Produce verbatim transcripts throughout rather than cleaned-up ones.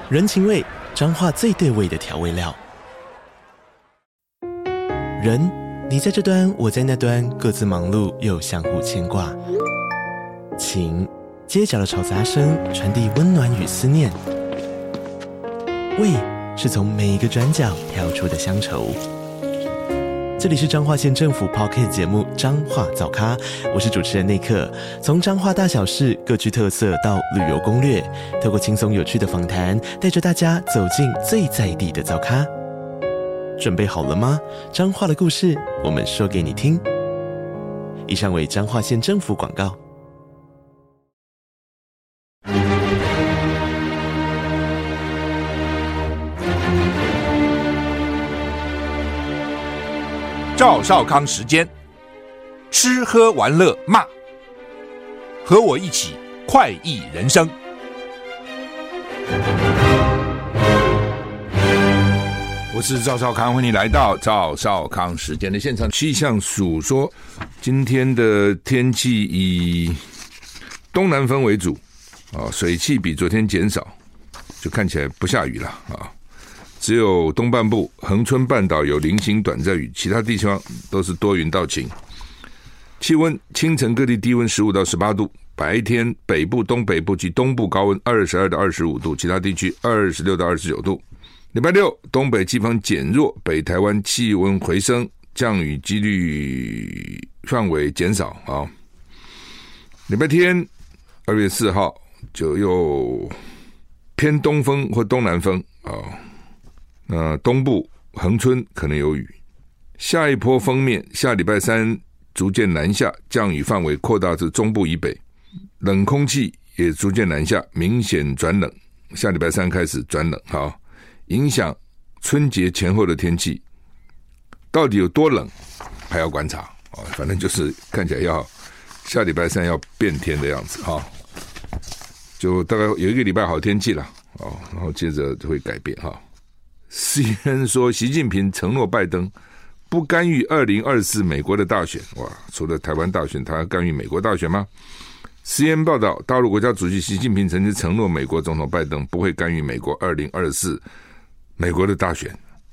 人情味，彰化最对味的调味料。人，你在这端，我在那端，各自忙碌又相互牵挂。情，街角的吵杂声传递温暖与思念。味，是从每一个转角跳出的乡愁。这里是彰化县政府 Podcast 节目《彰化早咖》，我是主持人内克。从彰化大小事各具特色到旅游攻略，透过轻松有趣的访谈，带着大家走进最在地的早咖。准备好了吗？彰化的故事，我们说给你听。以上为彰化县政府广告。 赵少康时间，吃喝玩乐骂，和我一起快意人生。我是赵少康，欢迎你来到赵少康时间的现场。气象署说，今天的天气以东南风为主，啊，水汽比昨天减少，就看起来不下雨了啊。只有东半部恒春半岛有零星短暂雨，其他地方都是多云到晴。气温清晨各地低温十五到十八度，白天北部东北部及东部高温二十二到二十五度，其他地区二十六到二十九度。礼拜六东北季风减弱，北台湾气温回升，降雨几率范围减少啊。礼拜天二月四号就又偏东风或东南风啊。那东部恒春可能有雨，下一波锋面下礼拜三逐渐南下，降雨范围扩大至中部以北，冷空气也逐渐南下，明显转冷，下礼拜三开始转冷，好，影响春节前后的天气，到底有多冷还要观察，反正就是看起来要下礼拜三要变天的样子，就大概有一个礼拜好天气了，然后接着会改变。C N N 说，习近平承诺拜登不干预二零二四美国的大选。哇，除了台湾大选，他要干预美国大选吗？ C N N 报道，大陆国家主席习近平曾经承诺美国总统拜登不会干预美国二零二四美国的大选。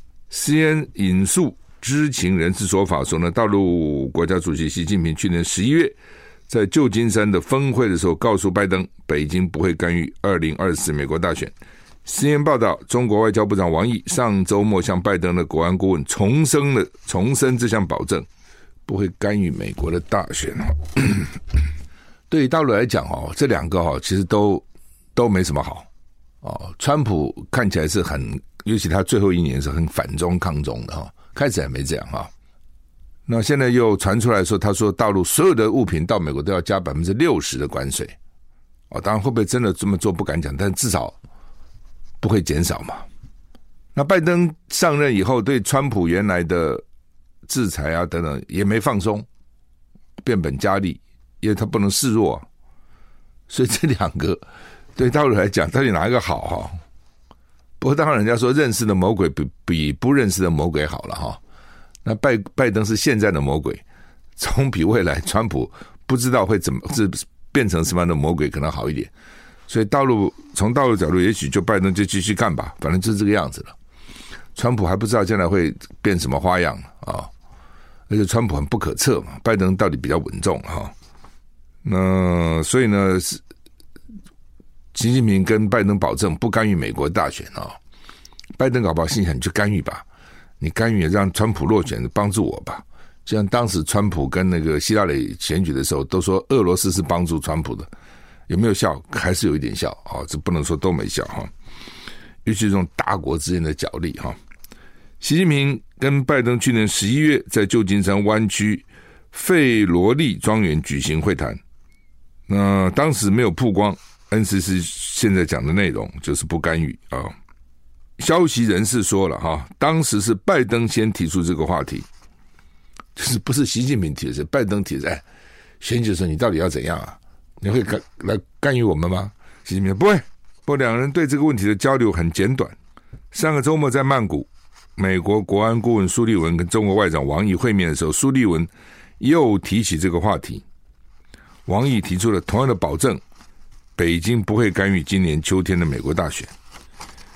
C N N 引述知情人士说法说呢，大陆国家主席习近平去年十一月在旧金山的峰会的时候告诉拜登，北京不会干预二零二四美国大选。C N N 报道，中国外交部长王毅上周末向拜登的国安顾问重申了重申这项保证，不会干预美国的大选。对于大陆来讲，这两个其实都都没什么好。川普看起来是很，尤其他最后一年是很反中抗中的，开始还没这样。那现在又传出来说，他说大陆所有的物品到美国都要加 百分之六十 的关税。当然会不会真的这么做不敢讲，但至少不会减少嘛。那拜登上任以后，对川普原来的制裁啊等等也没放松，变本加厉，因为他不能示弱，所以这两个对大陆来讲，到底哪一个好哈？不过当然人家说认识的魔鬼比比不认识的魔鬼好了哈。那拜拜登是现在的魔鬼，总比未来川普不知道会怎么是变成什么样的魔鬼可能好一点。所以大陆从大陆角度，也许就拜登就继续干吧，反正就是这个样子了。川普还不知道将来会变什么花样啊，而且川普很不可测嘛，拜登到底比较稳重哈。那所以呢，习近平跟拜登保证不干预美国大选啊。拜登搞不好心想，你就干预吧，你干预让川普落选，帮助我吧。就像当时川普跟那个希拉里选举的时候，都说俄罗斯是帮助川普的。有没有效？还是有一点效啊，这不能说都没效哈。尤其是这种大国之间的角力哈。习近平跟拜登去年十一月在旧金山湾区费罗利庄园举行会谈，那当时没有曝光 N C C 现在讲的内容，就是不干预啊。消息人士说了哈，当时是拜登先提出这个话题，就是不是习近平提的，是拜登提的。哎，选举的时候你到底要怎样啊？你会干来干预我们吗？习近平不会。不过两人对这个问题的交流很简短。上个周末在曼谷，美国国安顾问苏利文跟中国外长王毅会面的时候，苏利文又提起这个话题。王毅提出了同样的保证，北京不会干预今年秋天的美国大选。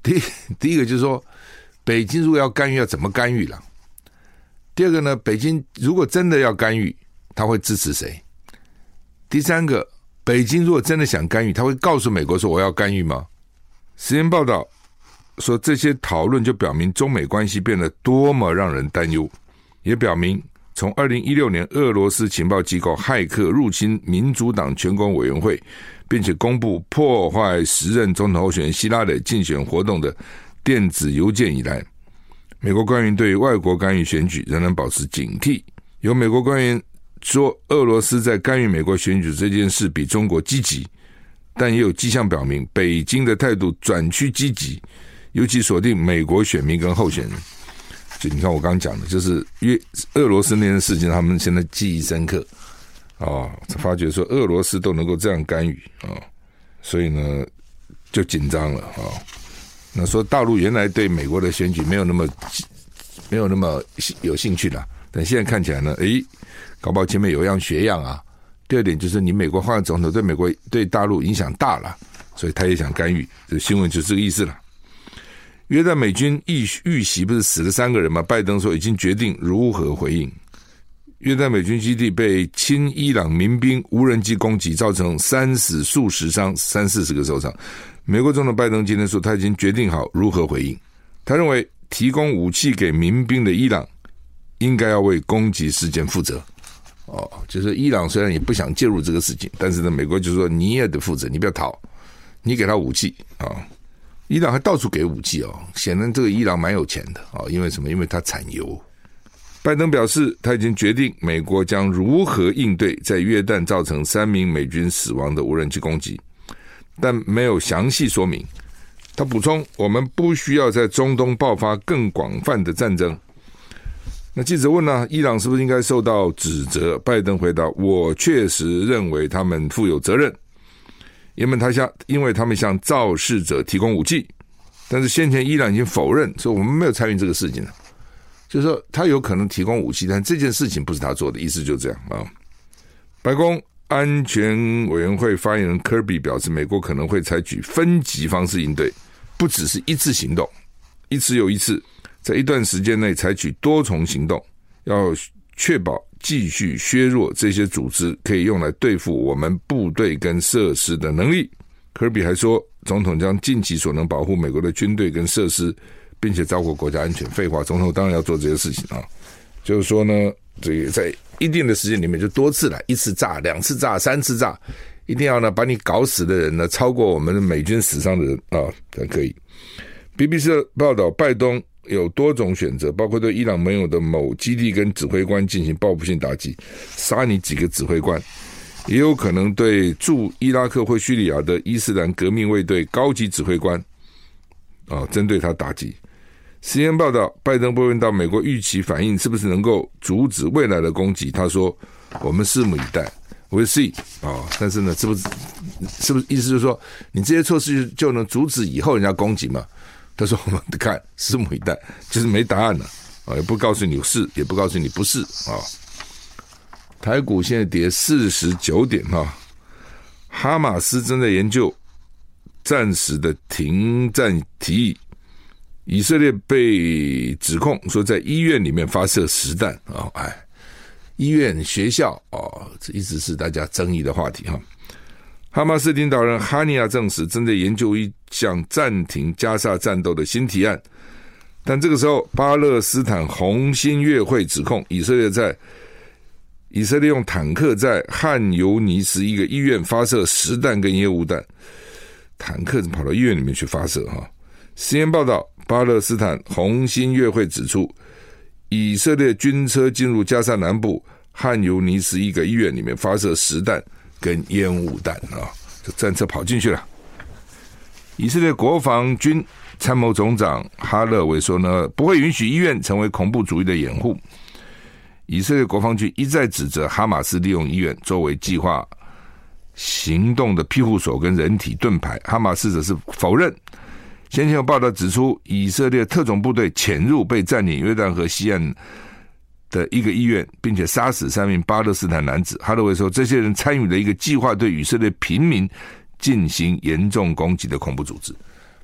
第第一个就是说，北京如果要干预，要怎么干预了？第二个呢，北京如果真的要干预，他会支持谁？第三个，北京如果真的想干预，他会告诉美国说我要干预吗？时间报道说，这些讨论就表明中美关系变得多么让人担忧，也表明从二零一六年俄罗斯情报机构骇客入侵民主党全国委员会，并且公布破坏时任总统候选人希拉里竞选活动的电子邮件以来，美国官员对外国干预选举仍然保持警惕。有美国官员说，俄罗斯在干预美国选举这件事比中国积极，但也有迹象表明北京的态度转趋积极，尤其锁定美国选民跟候选人。就你看我刚刚讲的，就是因为俄罗斯那件事情他们现在记忆深刻哦，发觉说俄罗斯都能够这样干预哦，所以呢就紧张了哦。那说大陆原来对美国的选举没有那么没有那么有兴趣了，但现在看起来呢，诶，搞不好前面有样学样啊。第二点就是你美国换总统对美国对大陆影响大了，所以他也想干预，这新闻就是这个意思了。约旦美军遇袭不是死了三个人吗？拜登说已经决定如何回应。约旦美军基地被亲伊朗民兵无人机攻击，造成三死数十伤，三四十个受伤。美国总统拜登今天说他已经决定好如何回应。他认为提供武器给民兵的伊朗应该要为攻击事件负责。哦，就是伊朗虽然也不想介入这个事情，但是呢，美国就说你也得负责，你不要逃，你给他武器啊、哦。伊朗还到处给武器哦，显然这个伊朗蛮有钱的啊、哦，因为什么？因为他产油。拜登表示他已经决定美国将如何应对在约旦造成三名美军死亡的无人机攻击，但没有详细说明。他补充，我们不需要在中东爆发更广泛的战争。那记者问呢、啊，伊朗是不是应该受到指责？拜登回答，我确实认为他们负有责任，因为他向因为他们向肇事者提供武器，但是先前伊朗已经否认说我们没有参与这个事情了，就是说他有可能提供武器，但这件事情不是他做的，意思就这样啊。白宫安全委员会发言人科比表示，美国可能会采取分级方式应对，不只是一次行动，一次又一次，在一段时间内采取多重行动，要确保继续削弱这些组织可以用来对付我们部队跟设施的能力。科比还说，总统将尽其所能保护美国的军队跟设施，并且照顾国家安全。废话，总统当然要做这些事情啊。就是说呢，这个在一定的时间里面就多次来，一次炸、两次炸、三次炸，一定要呢把你搞死的人呢超过我们的美军死伤的人啊才可以。B B C 报道，拜登有多种选择，包括对伊朗盟友的某基地跟指挥官进行报复性打击，杀你几个指挥官，也有可能对驻伊拉克或叙利亚的伊斯兰革命卫队高级指挥官啊，针对他打击。C N N 报道，拜登被问到美国预期反应是不是能够阻止未来的攻击，他说我们拭目以待 we'll see 啊，但是呢是不是是不是意思就是说你这些措施就能阻止以后人家攻击嘛？他说我们看拭目以待，就是没答案了啊，也不告诉你是，也不告诉你不是啊。台股现在跌四十九点哈，哈马斯正在研究暂时的停战提议。以色列被指控说在医院里面发射实弹啊、哦，哎，医院、学校哦，这一直是大家争议的话题哈。哈马斯领导人哈尼亚证实正在研究一项暂停加沙战斗的新提案，但这个时候巴勒斯坦红新月会指控以色列在以色列用坦克在汉尤尼斯一个医院发射实弹跟烟雾弹，坦克跑到医院里面去发射哈。C N N 报道，巴勒斯坦红新月会指出，以色列军车进入加沙南部汉尤尼斯一个医院里面发射实弹跟烟雾弹啊，这战车跑进去了。以色列国防军参谋总长哈勒维说呢，不会允许医院成为恐怖主义的掩护。以色列国防军一再指责哈马斯利用医院作为计划行动的庇护所跟人体盾牌，哈马斯则是否认。先前有报道指出，以色列特种部队潜入被占领约旦河西岸的一个医院，并且杀死三名巴勒斯坦男子。哈勒维说，这些人参与了一个计划对以色列平民进行严重攻击的恐怖组织。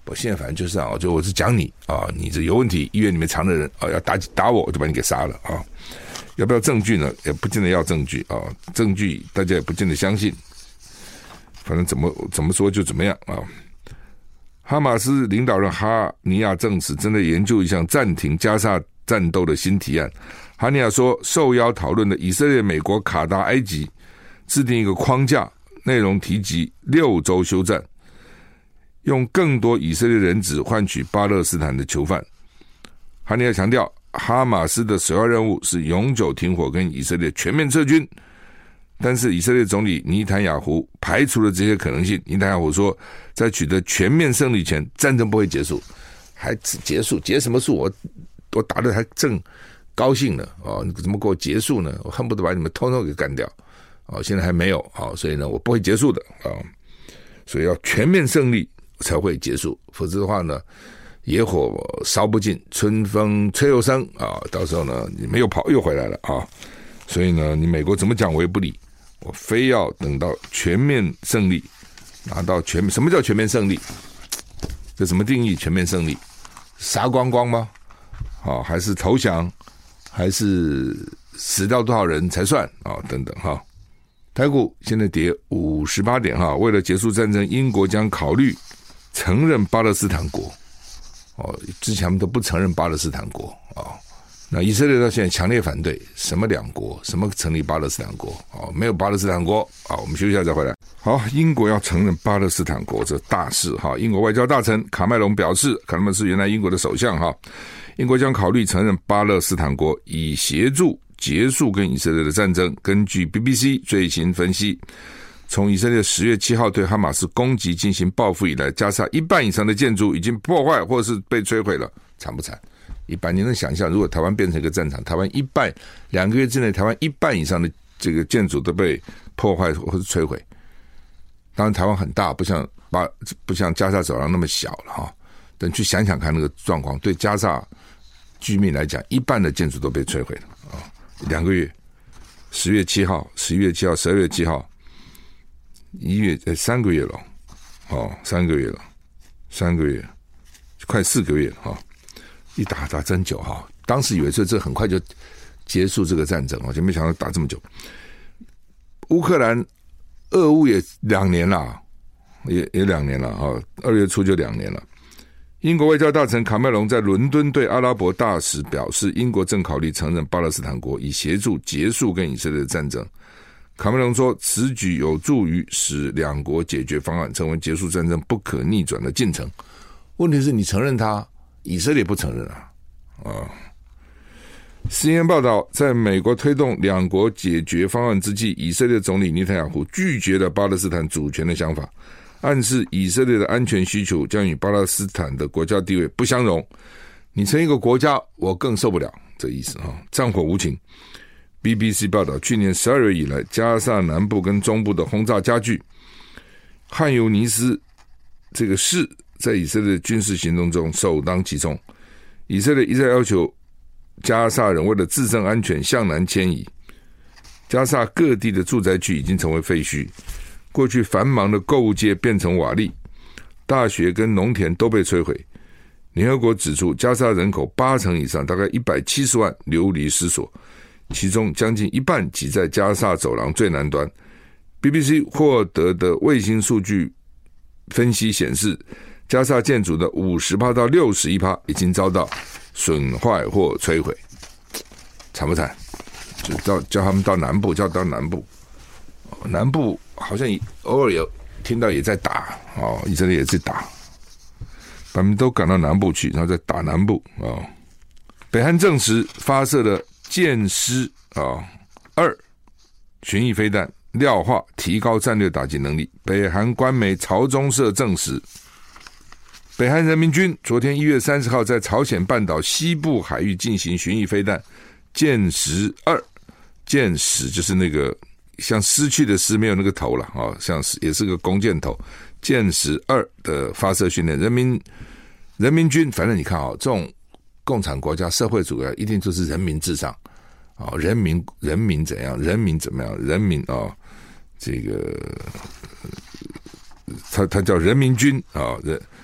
我现在反正就是啊，就我是讲你啊，你这有问题，医院里面藏的人啊，要打打我，我就把你给杀了啊。要不要证据呢？也不见得要证据啊，证据大家也不见得相信。反正怎么怎么说就怎么样啊。哈马斯领导人哈尼亚证实，正在研究一项暂停加沙战斗的新提案。哈尼亚说，受邀讨论的以色列、美国、卡达、埃及制定一个框架，内容提及六周休战，用更多以色列人质换取巴勒斯坦的囚犯。哈尼亚强调，哈马斯的首要任务是永久停火跟以色列全面撤军，但是以色列总理尼坦雅胡排除了这些可能性。尼坦雅胡说，在取得全面胜利前，战争不会结束。还结束？结什么束？我我打得还正高兴呢，哦，你怎么给我结束呢？我恨不得把你们通通给干掉。哦，现在还没有，哦，所以呢，我不会结束的啊、哦。所以要全面胜利才会结束，否则的话呢，野火烧不尽，春风吹又生啊！到时候呢，你们又跑又回来了啊！所以呢，你美国怎么讲我也不理，我非要等到全面胜利，拿到全面。什么叫全面胜利？这怎么定义全面胜利？杀光光吗？啊，还是投降？还是死掉多少人才算啊？等等哈。台股现在跌五十八点哈，为了结束战争，英国将考虑承认巴勒斯坦国。哦，之前他们都不承认巴勒斯坦国哦。那以色列到现在强烈反对，什么两国，什么成立巴勒斯坦国哦，没有巴勒斯坦国啊。我们休息一下再回来。好，英国要承认巴勒斯坦国，这大事哈。英国外交大臣卡麦隆表示，卡麦隆是原来英国的首相哈，英国将考虑承认巴勒斯坦国，以协助结束跟以色列的战争。根据 B B C 最新分析，从以色列十月七号对哈马斯攻击进行报复以来，加沙一半以上的建筑已经破坏或是被摧毁了，惨不惨？一般你能想象，如果台湾变成一个战场，台湾一半两个月之内，台湾一半以上的这个建筑都被破坏或是摧毁。当然台湾很大，不像巴不像加沙走廊那么小了哈。等去想想看那个状况，对加沙居民来讲，一半的建筑都被摧毁了啊！两个月，十月七号、十一月七号、十二月七号，一月呃三个月了，哦，三个月了，三个月，快四个月了哈！一打打真久哈，当时以为这这很快就结束这个战争，就没想到打这么久。乌克兰俄乌也两年了，也也两年了哈，二月初就两年了。英国外交大臣卡麦隆在伦敦对阿拉伯大使表示，英国正考虑承认巴勒斯坦国，以协助结束跟以色列的战争。卡麦隆说，此举有助于使两国解决方案成为结束战争不可逆转的进程。问题是你承认它，以色列不承认啊！啊 ，C N N 报道，在美国推动两国解决方案之际，以色列总理尼坦雅胡拒绝了巴勒斯坦主权的想法，暗示以色列的安全需求将与巴勒斯坦的国家地位不相容。你成一个国家，我更受不了，这意思啊！战火无情。B B C 报道，去年十二月以来，加萨南部跟中部的轰炸加剧。汉尤尼斯这个市在以色列军事行动中首当其冲。以色列一再要求加萨人为了自身安全向南迁移。加萨各地的住宅区已经成为废墟，过去繁忙的购物街变成瓦砾，大学跟农田都被摧毁。联合国指出，加萨人口八成以上，大概一百七十万流离失所，其中将近一半挤在加萨走廊最南端。B B C 获得的卫星数据分析显示，加萨建筑的 百分之五十 到 百分之六十一 已经遭到损坏或摧毁。惨不惨？就叫叫他们到南部，叫到南部。南部好像偶尔有听到也在打哦，以色列也在打，把他们都赶到南部去，然后再打南部哦。北韩证实发射了箭狮啊二巡弋飞弹，廖化提高战略打击能力。北韩官媒朝中社证实，北韩人民军昨天一月三十号在朝鲜半岛西部海域进行巡弋飞弹箭十二，箭十就是那个像失去的失没有那个头了啊，像也是个弓箭头，箭十二的发射训练。人民人民军，反正你看啊，这种共产国家社会主义一定就是人民至上啊，人民人民怎样，人民怎么样，人民啊，这个他他叫人民军啊，人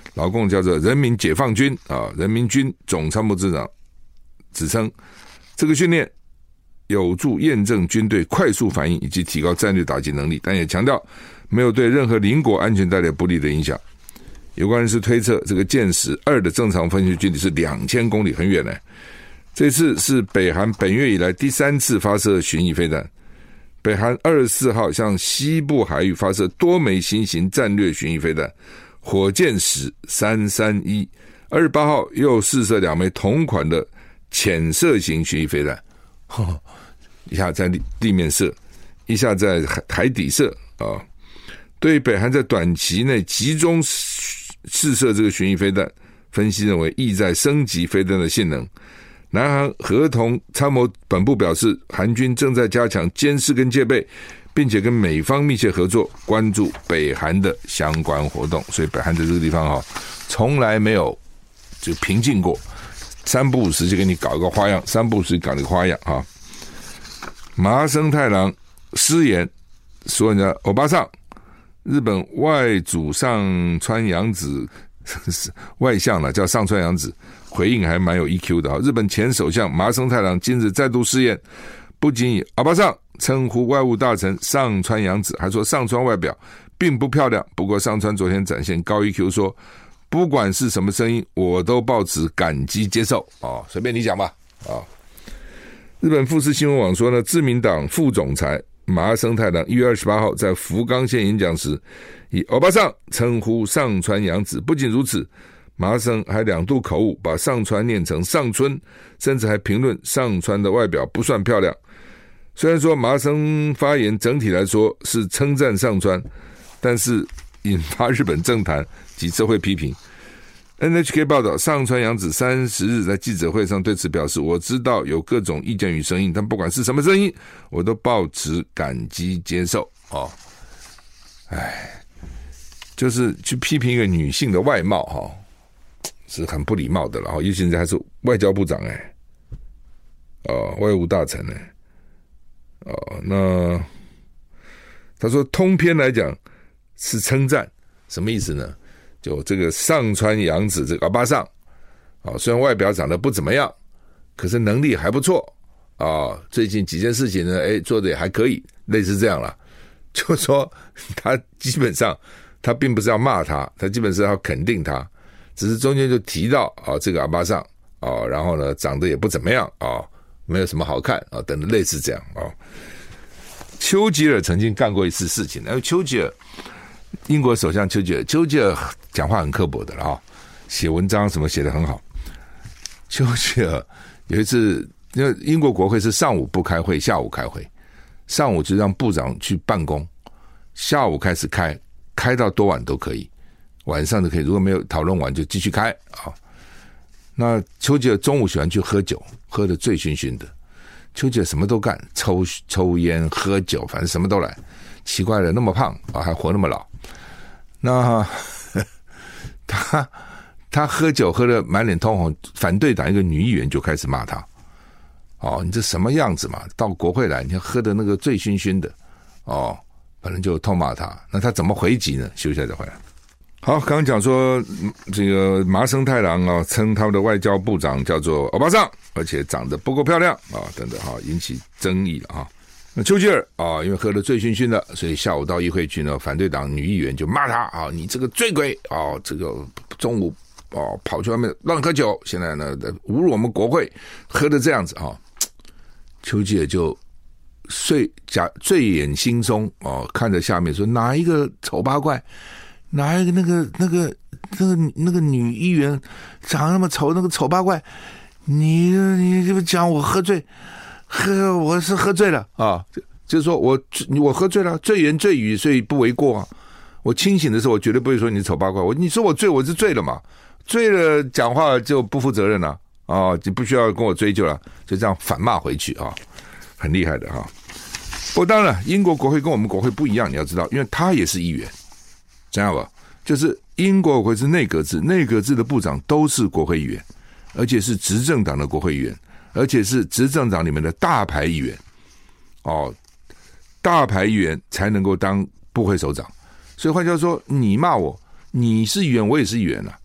老共叫做人民解放军啊，人民军总参谋次长指称，这个训练有助验证军队快速反应以及提高战略打击能力，但也强调没有对任何邻国安全带来不利的影响。有关人士推测，这个箭矢二的正常分距距离是两千公里，很远呢。这次是北韩本月以来第三次发射巡弋飞弹。北韩二十四号向西部海域发射多枚新型战略巡弋飞弹，火箭矢三三一。二十八号又试射两枚同款的潜射型巡弋飞弹，呵，一下在地面射，一下在海底射啊。对于北韩在短期内集中试射这个巡弋飞弹，分析认为意在升级飞弹的性能。南韩合同参谋本部表示，韩军正在加强监视跟戒备，并且跟美方密切合作，关注北韩的相关活动。所以北韩在这个地方哈，从来没有就平静过，三不五时就给你搞一个花样，三不五时搞一个花样哈。麻生太郎失言说人家欧巴桑，日本外祖上川洋子外相了，叫上川洋子。回应还蛮有 E Q 的。日本前首相麻生太郎今日再度失言，不仅以欧巴桑称呼外务大臣上川洋子，还说上川外表并不漂亮。不过上川昨天展现高 E Q， 说不管是什么声音我都抱持感激接受。哦，随便你讲吧。哦，日本富士新闻网说呢，自民党副总裁麻生太郎一月二十八号在福冈县演讲时，以欧巴桑称呼上川洋子。不仅如此，麻生还两度口误，把上川念成上春，甚至还评论上川的外表不算漂亮。虽然说麻生发言整体来说是称赞上川，但是引发日本政坛及社会批评。N H K 报道，上川洋子三十日在记者会上对此表示，我知道有各种意见与声音，但不管是什么声音我都抱持感激接受。哦，哎，就是去批评一个女性的外貌哈，是很不礼貌的了，尤其现在还是外交部长哎，哦，外务大臣哎，哦，那他说通篇来讲是称赞，什么意思呢？就这个上川洋子这个欧巴桑，哦，虽然外表长得不怎么样，可是能力还不错啊，哦。最近几件事情呢，哎，做的也还可以，类似这样了。就说他基本上他并不是要骂他，他基本是要肯定他。只是中间就提到啊、哦，这个阿巴桑啊、哦，然后呢长得也不怎么样啊、哦，没有什么好看啊、哦，等等类似这样啊、哦。丘吉尔曾经干过一次事情，因为丘吉尔，英国首相丘吉尔，丘吉尔讲话很刻薄的了啊、哦，写文章什么写得很好。丘吉尔有一次，因为英国国会是上午不开会，下午开会，上午就让部长去办公，下午开始开，开到多晚都可以。晚上就可以，如果没有讨论完就继续开啊。那丘吉尔中午喜欢去喝酒，喝得醉醺醺的。丘吉尔什么都干，抽抽烟、喝酒，反正什么都来。奇怪了，那么胖啊，还活那么老。那他他喝酒喝得满脸通红，反对党一个女议员就开始骂他：“哦，你这什么样子嘛？到国会来，你喝得那个醉醺醺的，哦，反正就痛骂他。那他怎么回击呢？休息一下再回来。”好，刚刚讲说这个麻生太郎啊，称他们的外交部长叫做欧巴桑，而且长得不够漂亮啊，等等哈，引起争议了哈。那丘吉尔啊，因为喝得醉醺醺的，所以下午到议会去呢，反对党女议员就骂他啊，你这个醉鬼啊，这个中午哦跑去外面乱喝酒，现在呢侮辱我们国会，喝得这样子啊。丘吉尔就睡假醉眼惺忪哦，看着下面说哪一个丑八怪。哪一个那个那个那个那个女议员长得那么丑，那个丑八怪，你你就讲我喝醉，喝我是喝醉了啊，就是说我我喝醉了，醉言醉语，所以不为过啊。我清醒的时候，我绝对不会说你是丑八怪。我你说我醉，我是醉了嘛，醉了讲话就不负责任了啊，就不需要跟我追究了，就这样反骂回去啊，很厉害的哈。不过当然，英国国会跟我们国会不一样，你要知道，因为他也是议员。这样吧，就是英国国会是内阁制，内阁制的部长都是国会议员，而且是执政党的国会议员，而且是执政党里面的大牌议员。哦，大牌议员才能够当部会首长。所以换句话说，你骂我，你是议员，我也是议员啊。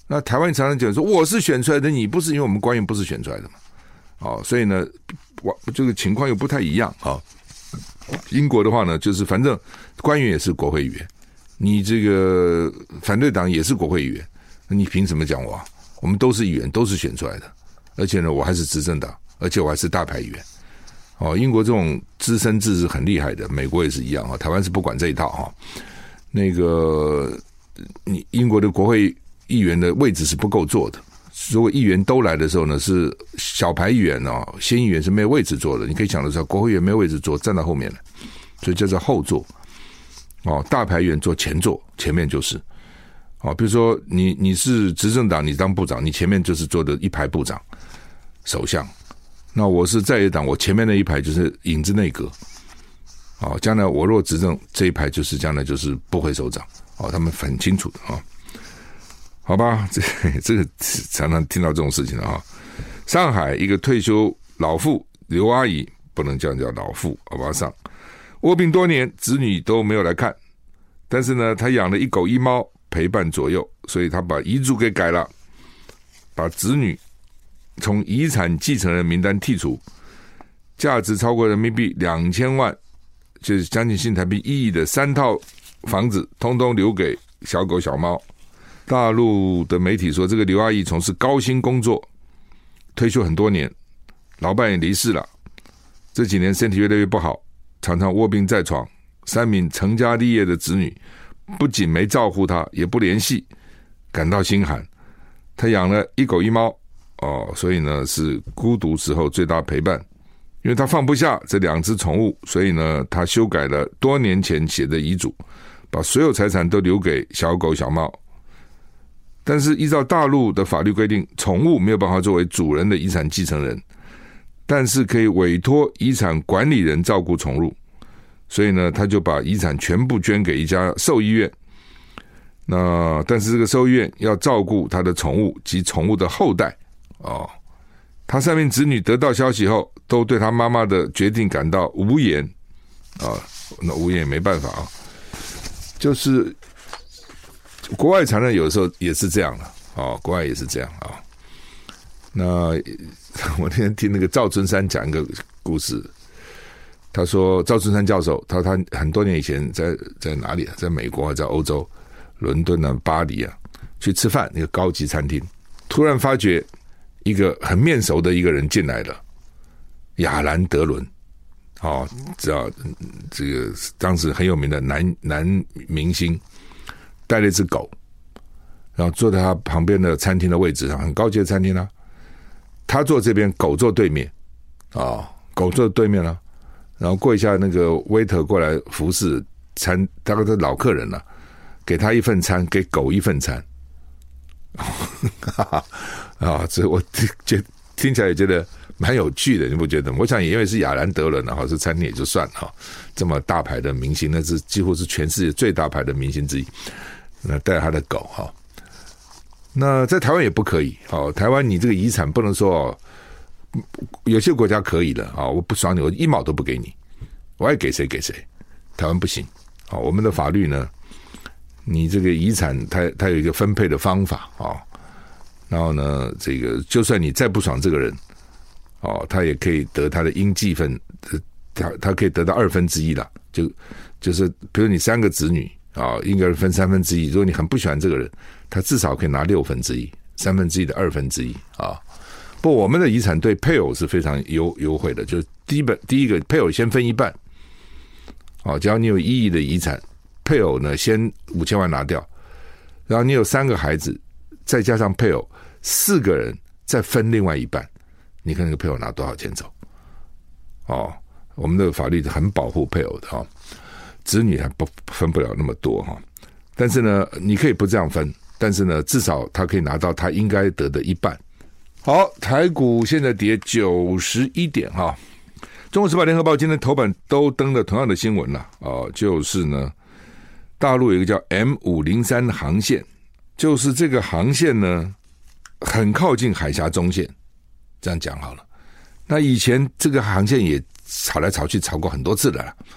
那台湾常常讲说我是选出来的，你不是，因为我们官员不是选出来的嘛。哦，所以呢，我这个情况又不太一样啊。英国的话呢，就是反正官员也是国会议员，你这个反对党也是国会议员，那你凭什么讲我啊？我们都是议员，都是选出来的，而且呢，我还是执政党，而且我还是大牌议员。哦，英国这种资深制是很厉害的，美国也是一样啊，台湾是不管这一套哈。那个，你英国的国会议员的位置是不够坐的。如果议员都来的时候呢，是小牌议员哦，先议员是没有位置坐的。你可以想得出来，国会议员没有位置坐，站到后面来，所以叫做后座。哦，大牌议员坐前座，前面就是。哦，比如说你你是执政党，你当部长，你前面就是坐的一排部长、首相。那我是在野党，我前面那一排就是影子内阁。哦，将来我若执政，这一排就是将来就是部会首长。哦，他们很清楚的啊。哦，好吧，这这个常常听到这种事情啊。上海一个退休老妇刘阿姨，不能这样叫老妇，好吧上卧病多年，子女都没有来看，但是呢，她养了一狗一猫陪伴左右，所以她把遗嘱给改了，把子女从遗产继承人名单剔除，价值超过人民币两千万，就是将近新台币一亿的三套房子，通通留给小狗小猫。大陆的媒体说，这个刘阿姨从事高薪工作，退休很多年，老伴也离世了，这几年身体越来越不好，常常卧病在床。三名成家立业的子女不仅没照顾她，也不联系，感到心寒。她养了一狗一猫哦，所以呢是孤独时候最大陪伴。因为她放不下这两只宠物，所以呢她修改了多年前写的遗嘱，把所有财产都留给小狗小猫。但是依照大陆的法律规定，宠物没有办法作为主人的遗产继承人，但是可以委托遗产管理人照顾宠物，所以呢，他就把遗产全部捐给一家兽医院。那但是这个兽医院要照顾他的宠物及宠物的后代哦。他三名子女得到消息后，都对他妈妈的决定感到无言啊，那无言也没办法啊，就是。国外常常有的时候也是这样的哦，国外也是这样啊。那我那天听那个赵春山讲一个故事，他说赵春山教授，他他很多年以前在在哪里啊？在美国，在欧洲，伦敦啊、巴黎啊，去吃饭，那个高级餐厅，突然发觉一个很面熟的一个人进来了，亚兰德伦，哦，知道这个当时很有名的男男明星。带了一只狗，然后坐在他旁边的餐厅的位置上，很高级的餐厅啊。他坐这边，狗坐对面，啊、哦，狗坐对面了、啊。然后过一下，那个 waiter 过来服侍餐，大概是老客人了、啊，给他一份餐，给狗一份餐。啊，这我觉听起来也觉得蛮有趣的，你不觉得吗？我想也因为是亚兰德伦的哈，是餐厅也就算了哈，这么大牌的明星，那是几乎是全世界最大牌的明星之一。那带他的狗哈，那在台湾也不可以哦。台湾你这个遗产不能说哦，有些国家可以了啊，我不爽你，我一毛都不给你，我爱给谁给谁。台湾不行啊，我们的法律呢，你这个遗产它它有一个分配的方法啊，然后呢，这个就算你再不爽这个人哦，他也可以得他的应继分，他他可以得到二分之一了，就就是比如你三个子女。啊，应该分三分之一。如果你很不喜欢这个人，他至少可以拿六分之一，三分之一的二分之一啊。不过我们的遗产对配偶是非常优优惠的，就是第一本第一个配偶先分一半。哦，只要你有一亿的遗产，配偶呢先五千万拿掉，然后你有三个孩子，再加上配偶四个人再分另外一半，你看那个配偶拿多少钱走？哦，我们的法律很保护配偶的哈。哦，子女还不分不了那么多哈，但是呢，你可以不这样分，但是呢，至少他可以拿到他应该得的一半。好，台股现在跌九十一点哈。中国时报、联合报今天头版都登了同样的新闻了哦，就是呢，大陆有一个叫 M 五零三 航线，就是这个航线呢，很靠近海峡中线，这样讲好了。那以前这个航线也吵来吵去，吵过很多次的了。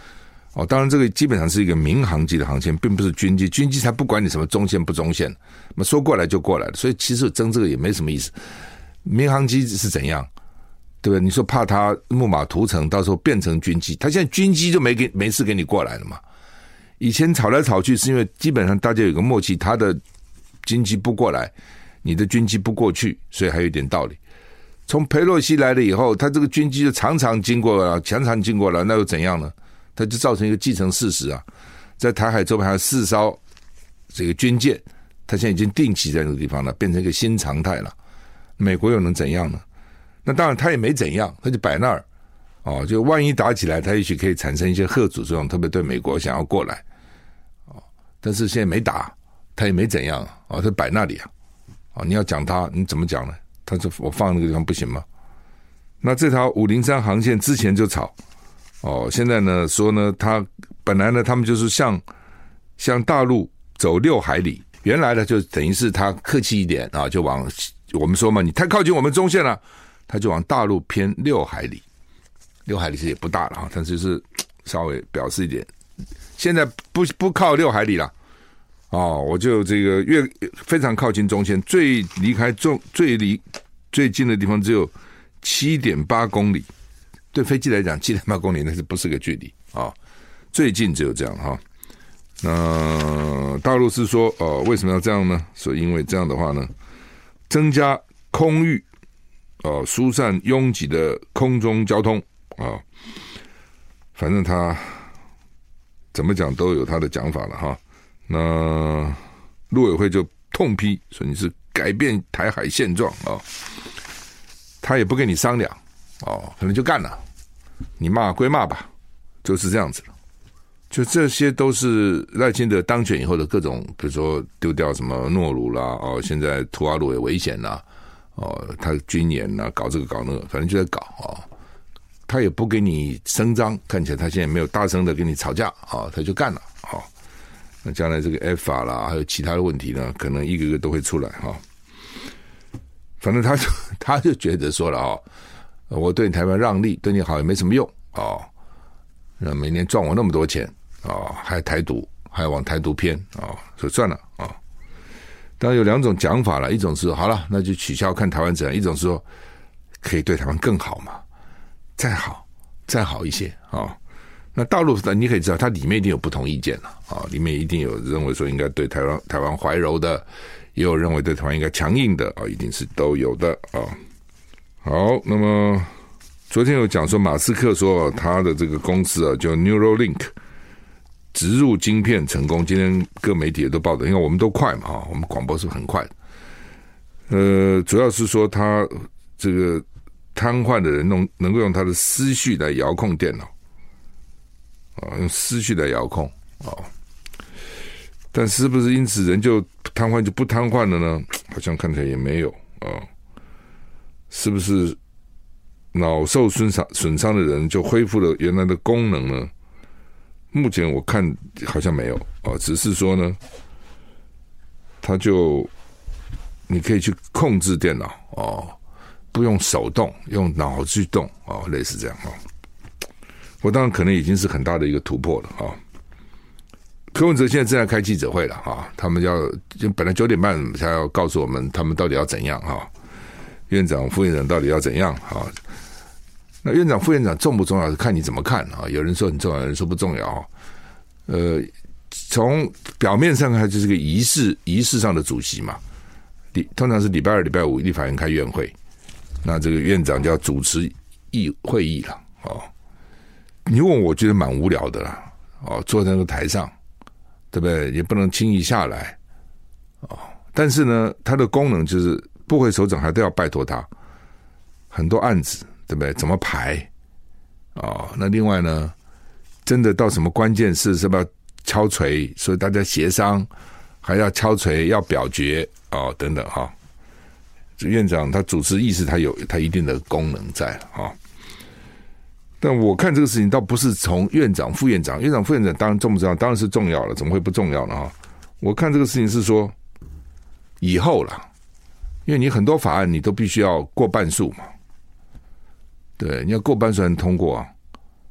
哦，当然这个基本上是一个民航机的航线，并不是军机，军机才不管你什么中线不中线，那么说过来就过来了，所以其实争这个也没什么意思。民航机是怎样，对不对？你说怕它木马屠城，到时候变成军机，它现在军机就没给没事给你过来了嘛。以前吵来吵去是因为基本上大家有个默契，他的军机不过来，你的军机不过去，所以还有一点道理。从裴洛西来了以后，他这个军机就常常经过了，常常经过了，那又怎样呢？它就造成一个既成事实啊，在台海周边还有四艘这个军舰，它现在已经定期在那个地方了，变成一个新常态了。美国又能怎样呢？那当然他也没怎样，他就摆那儿哦，就万一打起来，他也许可以产生一些吓阻作用，特别对美国想要过来哦。但是现在没打，他也没怎样啊，他摆那里啊，哦，你要讲他，你怎么讲呢？他说我放那个地方不行吗？那这条五零三航线之前就吵哦，现在呢说呢，他本来呢他们就是向向大陆走六海里，原来呢就等于是他客气一点啊，就往我们说嘛，你太靠近我们中线了，他就往大陆偏六海里，六海里其实也不大了啊，但是就是稍微表示一点，现在不不靠六海里了。哦，我就这个越非常靠近中线，最离开中最离最近的地方只有 七点八公里，对飞机来讲 七点八公里那是不是个距离啊、哦？最近只有这样哈。那大陆是说哦，为什么要这样呢？说因为这样的话呢，增加空域哦，疏散拥挤的空中交通啊、哦。反正他怎么讲都有他的讲法了哈。那陆委会就痛批说你是改变台海现状啊、哦，他也不跟你商量哦，可能就干了，你骂归骂吧，就是这样子了。就这些都是赖清德当选以后的各种，比如说丢掉什么诺鲁啦，哦，现在图瓦鲁也危险啦，哦，他军演啦，搞这个搞那个，反正就在搞哦。他也不给你声张，看起来他现在没有大声的跟你吵架啊、哦，他就干了啊。哦，那将来这个 F 法啦，还有其他的问题呢，可能一个个都会出来哈。反正他就他就觉得说了哦，我对台湾让利，对你好也没什么用哦。那每年赚我那么多钱哦，还台独，还往台独偏哦，所以算了啊、哦。当然有两种讲法了，一种是好了，那就取消看台湾怎样；一种是说可以对台湾更好嘛，再好，再好一些啊。哦，那大陆你可以知道，它里面一定有不同意见了啊，里面一定有认为说应该对台湾台湾怀柔的，也有认为对台湾应该强硬的啊，一定是都有的啊。好，那么昨天有讲说，马斯克说他的这个公司啊，叫 Neuralink， 植入晶片成功。今天各媒体也都报道，因为我们都快嘛啊，我们广播是很快的。呃，主要是说他这个瘫痪的人能能够用他的思绪来遥控电脑。啊，用思绪来遥控啊，但是不是因此人就瘫痪就不瘫痪了呢？好像看起来也没有啊。是不是脑受损伤损伤的人就恢复了原来的功能呢？目前我看好像没有啊，只是说呢，他就你可以去控制电脑哦，不用手动，用脑去动哦，类似这样哦。我当然可能已经是很大的一个突破了啊！柯文哲现在正在开记者会了啊，他们要就本来九点半才要告诉我们他们到底要怎样啊，院长、副院长到底要怎样啊？那院长、副院长重不重要？看你怎么看啊！有人说很重要，有人说不重要啊。呃，从表面上看就是个仪式，仪式上的主席嘛。通常是礼拜二、礼拜五立法院开院会，那这个院长就要主持议会议了哦。你问我觉得蛮无聊的啦，哦，坐在那个台上，对不对？也不能轻易下来，哦。但是呢，它的功能就是部会首长还都要拜托他，很多案子，对不对？怎么排？哦，那另外呢，真的到什么关键事是不是要敲锤？所以大家协商，还要敲锤，要表决哦，等等哈。这院长他主持议事，他有他一定的功能在啊。哦，但我看这个事情倒不是从院长、副院长，院长、副院长当然重不重要？当然是重要了，怎么会不重要呢？哈，我看这个事情是说以后啦，因为你很多法案你都必须要过半数嘛，对，你要过半数才能通过啊。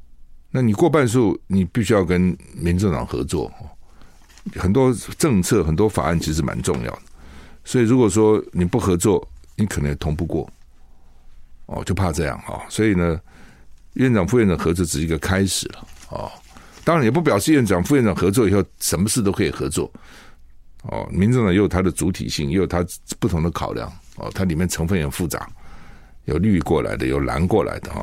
那你过半数，你必须要跟民众党合作，很多政策、很多法案其实蛮重要的。所以如果说你不合作，你可能也通不过，哦，就怕这样啊、哦。所以呢，院长、副院长合作只是一个开始了哦。当然也不表示院长、副院长合作以后什么事都可以合作哦。民众党也有它的主体性，也有它不同的考量哦。它里面成分也很复杂，有绿过来的，有蓝过来的哈、哦。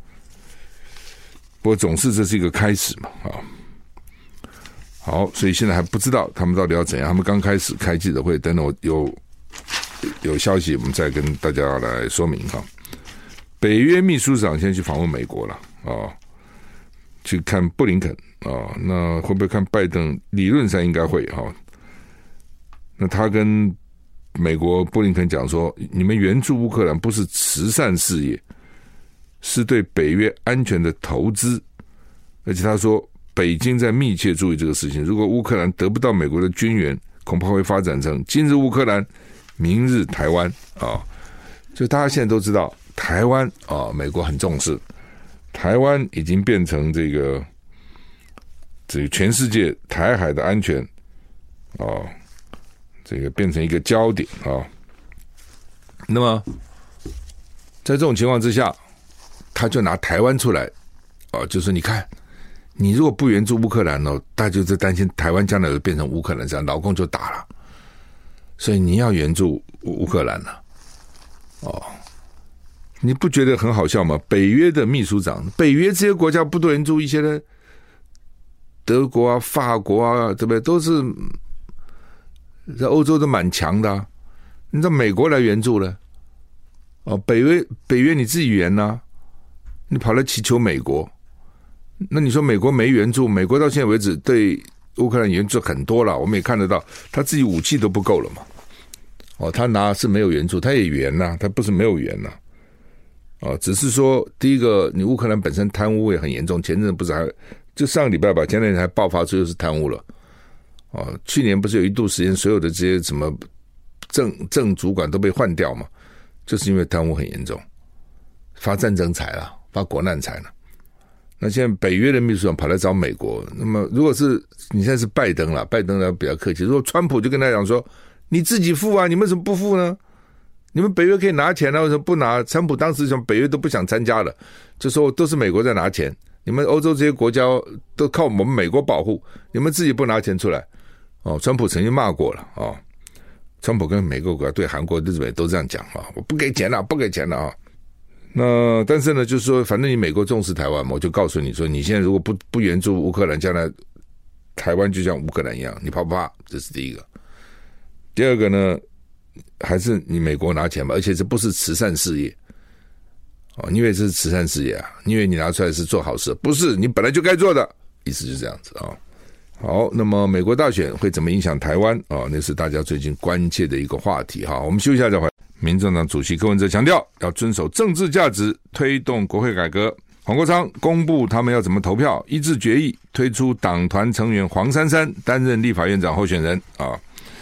不过总是这是一个开始嘛啊。好，所以现在还不知道他们到底要怎样。他们刚开始开记者会，等等我有有消息，我们再跟大家来说明哈。北约秘书长现在去访问美国了啊。去看布林肯啊，那会不会看拜登？理论上应该会哈。那他跟美国布林肯讲说，你们援助乌克兰不是慈善事业，是对北约安全的投资。而且他说，北京在密切注意这个事情。如果乌克兰得不到美国的军援，恐怕会发展成今日乌克兰，明日台湾啊。就大家现在都知道，台湾啊，美国很重视。台湾已经变成这个这个全世界台海的安全哦，这个变成一个焦点啊、哦。那么在这种情况之下，他就拿台湾出来哦，就是你看，你如果不援助乌克兰哦，大家就在担心台湾将来会变成乌克兰这样，老共就打了，所以你要援助乌克兰了哦。你不觉得很好笑吗？北约的秘书长，北约这些国家不都援助一些呢？德国啊、法国啊，对不对？都是在欧洲都蛮强的、啊。你到美国来援助了，哦，北约北约你自己援啊，你跑来祈求美国，那你说美国没援助？美国到现在为止对乌克兰援助很多了，我们也看得到，他自己武器都不够了嘛。哦，他拿是没有援助，他也援呐、啊，他不是没有援呐、啊。哦，只是说，第一个，你乌克兰本身贪污也很严重，前阵不是还就上个礼拜吧，前两天还爆发出又是贪污了。哦，去年不是有一度时间，所有的这些什么正正主管都被换掉嘛，就是因为贪污很严重，发战争财了，发国难财了。那现在北约的秘书长跑来找美国，那么如果是你现在是拜登了，拜登呢比较客气，如果川普就跟他讲说，你自己付啊，你们为什么不付呢？你们北约可以拿钱啊，为什么不拿？川普当时从北约都不想参加了，就说都是美国在拿钱，你们欧洲这些国家都靠我们美国保护，你们自己不拿钱出来。哦，川普曾经骂过了哦，川普跟美国国家对韩国、日本都这样讲啊，我不给钱了，不给钱了啊。那但是呢，就是说，反正你美国重视台湾嘛，我就告诉你说，你现在如果不不援助乌克兰，将来台湾就像乌克兰一样，你怕不怕？这是第一个。第二个呢？还是你美国拿钱吧，而且这不是慈善事业哦，你以为这是慈善事业啊？你以为你拿出来是做好事？不是，你本来就该做的，意思是这样子啊、哦。好，那么美国大选会怎么影响台湾啊、哦？那是大家最近关切的一个话题哈。我们休息一下再回来。民众党主席柯文哲强调，要遵守政治价值，推动国会改革。黄国昌公布他们要怎么投票，一致决议推出党团成员黄珊珊担任立法院长候选人啊。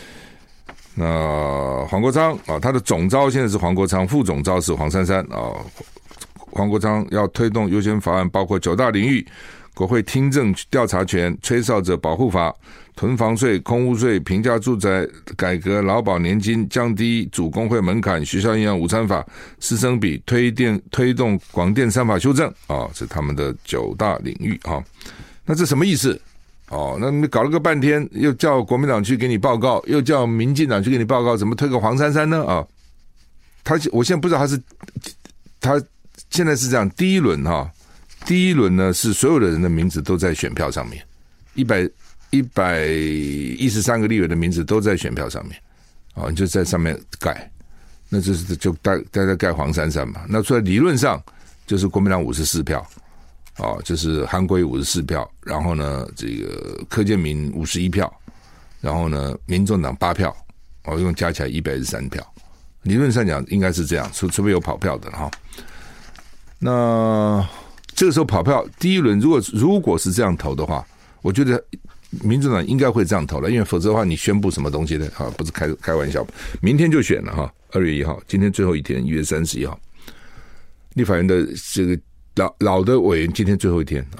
那黄国昌啊，他的总召现在是黄国昌，副总召是黄珊珊啊。黄国昌要推动优先法案，包括九大领域、国会听证调查权、吹哨者保护法、囤房税、空屋税、平价住宅改革、劳保年金、降低主工会门槛、学校营养午餐法、师生比、推电推动广电三法修正啊，是他们的九大领域啊。那这什么意思？哦，那你搞了个半天，又叫国民党去给你报告，又叫民进党去给你报告，怎么推个黄珊珊呢？啊，他我现在不知道他是他现在是这样，第一轮哈、哦，第一轮呢是所有的人的名字都在选票上面，一百一百一十三个立委的名字都在选票上面，哦，你就在上面盖，那就是就大大家盖黄珊珊嘛，那所以理论上就是国民党五十四票。哦，就是韩国瑜五十四票，然后呢，这个柯建铭五十一票，然后呢，民众党八票，哦，一共加起来一百一十三票。理论上讲应该是这样，除除非有跑票的哈。那这个时候跑票，第一轮如果如果是这样投的话，我觉得民众党应该会这样投了，因为否则的话，你宣布什么东西呢？啊，不是开开玩笑，明天就选了哈，二月一号，今天最后一天，一月三十一号，立法院的这个。老老的委员今天最后一天啊，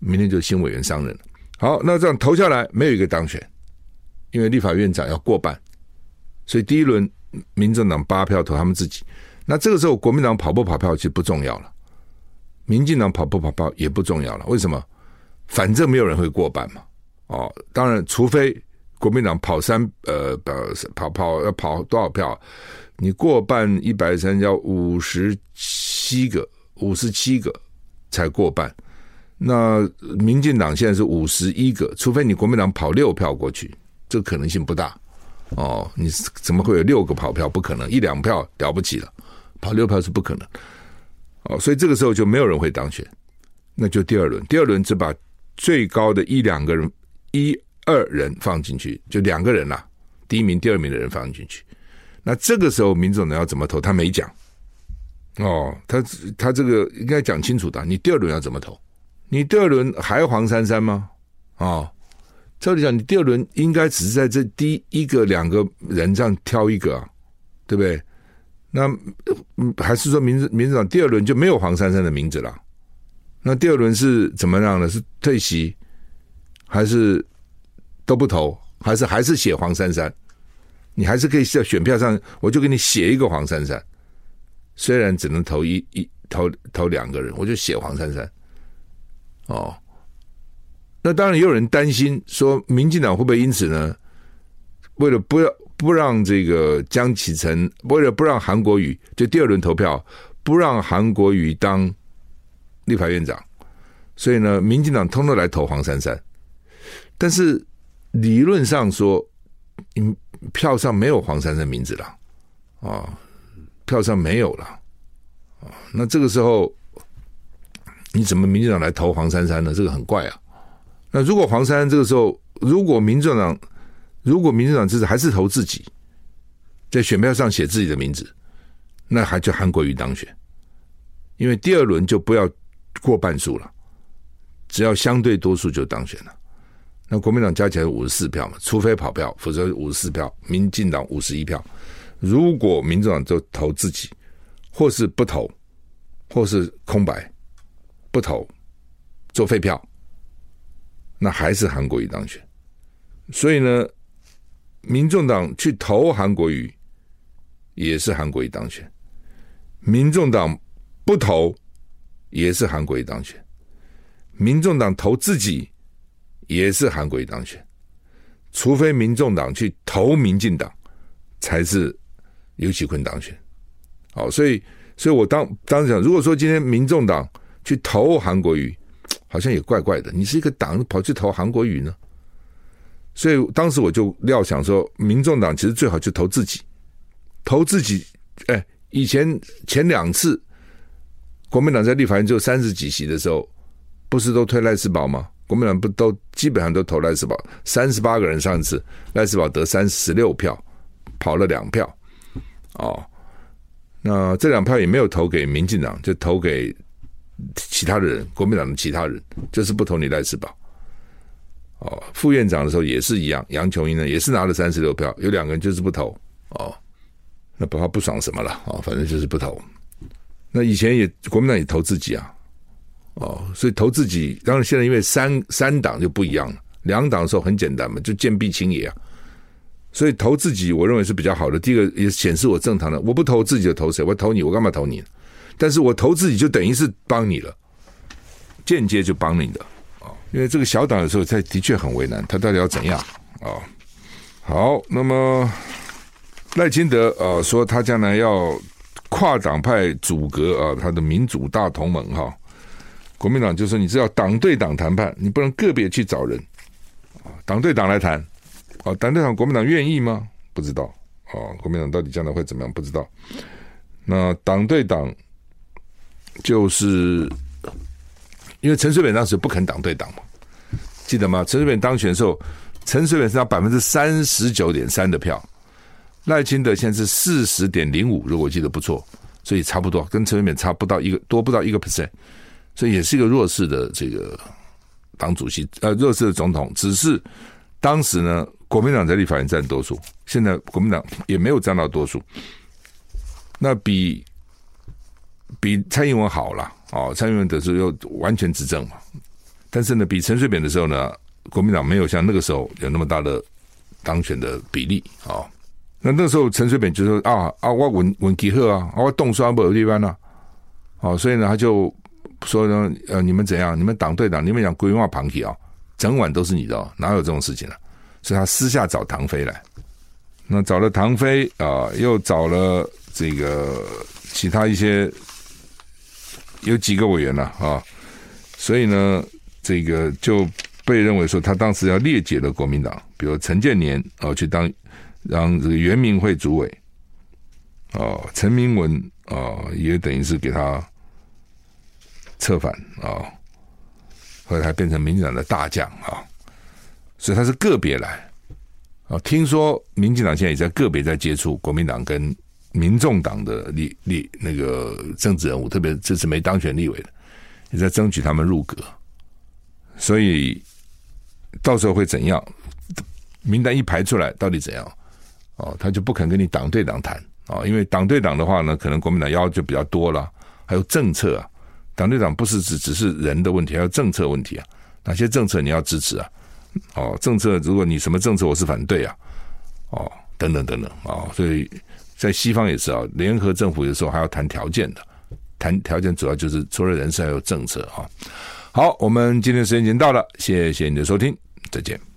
明天就新委员上任了。好，那这样投下来没有一个当选，因为立法院长要过半，所以第一轮民众党八票投他们自己。那这个时候国民党跑不跑票其实不重要了，民进党跑不跑票也不重要了。为什么？反正没有人会过半嘛。哦，当然除非国民党跑三呃跑跑要跑多少票？你过半一百三要五十七个，五十七个才过半。那民进党现在是五十一个，除非你国民党跑六票过去，这个可能性不大。哦，你怎么会有六个跑票？不可能，一两票了不起了，跑六票是不可能。哦，所以这个时候就没有人会当选，那就第二轮。第二轮只把最高的一两个人、一二人放进去，就两个人啦，第一名、第二名的人放进去。那这个时候民众党要怎么投？他没讲。哦，他他这个应该讲清楚的。你第二轮要怎么投？你第二轮还黄珊珊吗？哦，照理讲，你第二轮应该只是在这第一个、两个人这样挑一个啊，对不对？那还是说民民主党第二轮就没有黄珊珊的名字了？那第二轮是怎么样的？是退席，还是都不投？还是还是写黄珊珊？你还是可以在选票上，我就给你写一个黄珊珊，虽然只能投一一投投两个人，我就写黄珊珊。哦，那当然也有人担心说，民进党会不会因此呢，为了不要不让这个江启臣，为了不让韩国瑜就第二轮投票，不让韩国瑜当立法院长，所以呢，民进党通通来投黄珊珊。但是理论上说，票上没有黄珊珊名字了，啊，票上没有了，啊，那这个时候你怎么民进党来投黄珊珊呢？这个很怪啊。那如果黄珊珊这个时候，如果民进党，如果民进党支持还是投自己，在选票上写自己的名字，那还就韩国瑜当选，因为第二轮就不要过半数了，只要相对多数就当选了。那国民党加起来五十四票嘛，除非跑票，否则五十四票，民进党五十一票。如果民众党都投自己，或是不投，或是空白不投，做废票，那还是韩国瑜当选。所以呢，民众党去投韩国瑜，也是韩国瑜当选；民众党不投，也是韩国瑜当选；民众党投自己，也是韩国瑜当选。除非民众党去投民进党，才是游锡堃当选。好，所以，所以我当当时讲，如果说今天民众党去投韩国瑜，好像也怪怪的。你是一个党跑去投韩国瑜呢？所以当时我就料想说，民众党其实最好就投自己，投自己。哎，以前前两次国民党在立法院只有三十几席的时候，不是都推赖士葆吗？国民党不都基本上都投赖士葆，三十八个人上一次，赖士葆得三十六票，跑了两票。哦，那这两票也没有投给民进党，就投给其他的人，国民党的其他人，就是不投你赖士葆。哦，副院长的时候也是一样，杨琼英呢也是拿了三十六票，有两个人就是不投。哦，那不知道不爽什么了。哦，反正就是不投。那以前也国民党也投自己啊。哦，所以投自己，当然现在因为三三党就不一样了，两党的时候很简单嘛，就坚壁清野啊。所以投自己，我认为是比较好的。第一个也显示我正常的，我不投自己就投谁？我投你，我干嘛投你？但是我投自己就等于是帮你了，间接就帮你的啊。因为这个小党的时候，他的确很为难，他到底要怎样啊？好，那么赖清德啊说他将来要跨党派阻隔啊，他的民主大同盟哈。国民党就说你是要党对党谈判，你不能个别去找人，党对党来谈。哦，党对党国民党愿意吗？不知道。哦，国民党到底将来会怎么样？不知道。那党对党就是因为陈水扁当时不肯党对党嘛，记得吗？陈水扁当选的时候，陈水扁是拿百分之三十九点三的票，赖清德现在是四十点零五，如果我记得不错，所以差不多，跟陈水扁差不到一个多不到一个 percent。所以也是一个弱势的这个党主席，呃，弱势的总统。只是当时呢，国民党在立法院占多数，现在国民党也没有占到多数，那比比蔡英文好了哦，蔡英文得是又完全执政嘛， 但是呢，比陈水扁的时候呢，国民党没有像那个时候有那么大的当选的比例啊、哦。那那时候陈水扁就说啊啊，我稳稳集合啊，我动刷不有地方啊，哦，所以呢，他就说呢，呃，你们怎样？你们党对党，你们讲规划旁体啊，整晚都是你的哦，哪有这种事情啊？所以他私下找唐飞来，那找了唐飞啊、呃，又找了这个其他一些有几个委员了 啊, 啊，所以呢，这个就被认为说他当时要列解了国民党，比如陈建年啊去当让这个原民会主委，哦，陈明文啊也等于是给他策反啊，后来还变成民进党的大将啊，所以他是个别来啊。听说民进党现在也在个别在接触国民党跟民众党的立立那个政治人物，特别这次没当选立委的，也在争取他们入阁。所以到时候会怎样？名单一排出来，到底怎样？哦，他就不肯跟你党对党谈啊、哦，因为党对党的话呢，可能国民党要求比较多了，还有政策啊。党对党不是只只是人的问题，还有政策问题啊。哪些政策你要支持啊？哦，政策如果你什么政策我是反对啊，哦，等等等等啊、哦，所以在西方也是啊，联合政府有时候还要谈条件的，谈条件主要就是除了人事还有政策啊。好，我们今天的时间已经到了，谢谢你的收听，再见。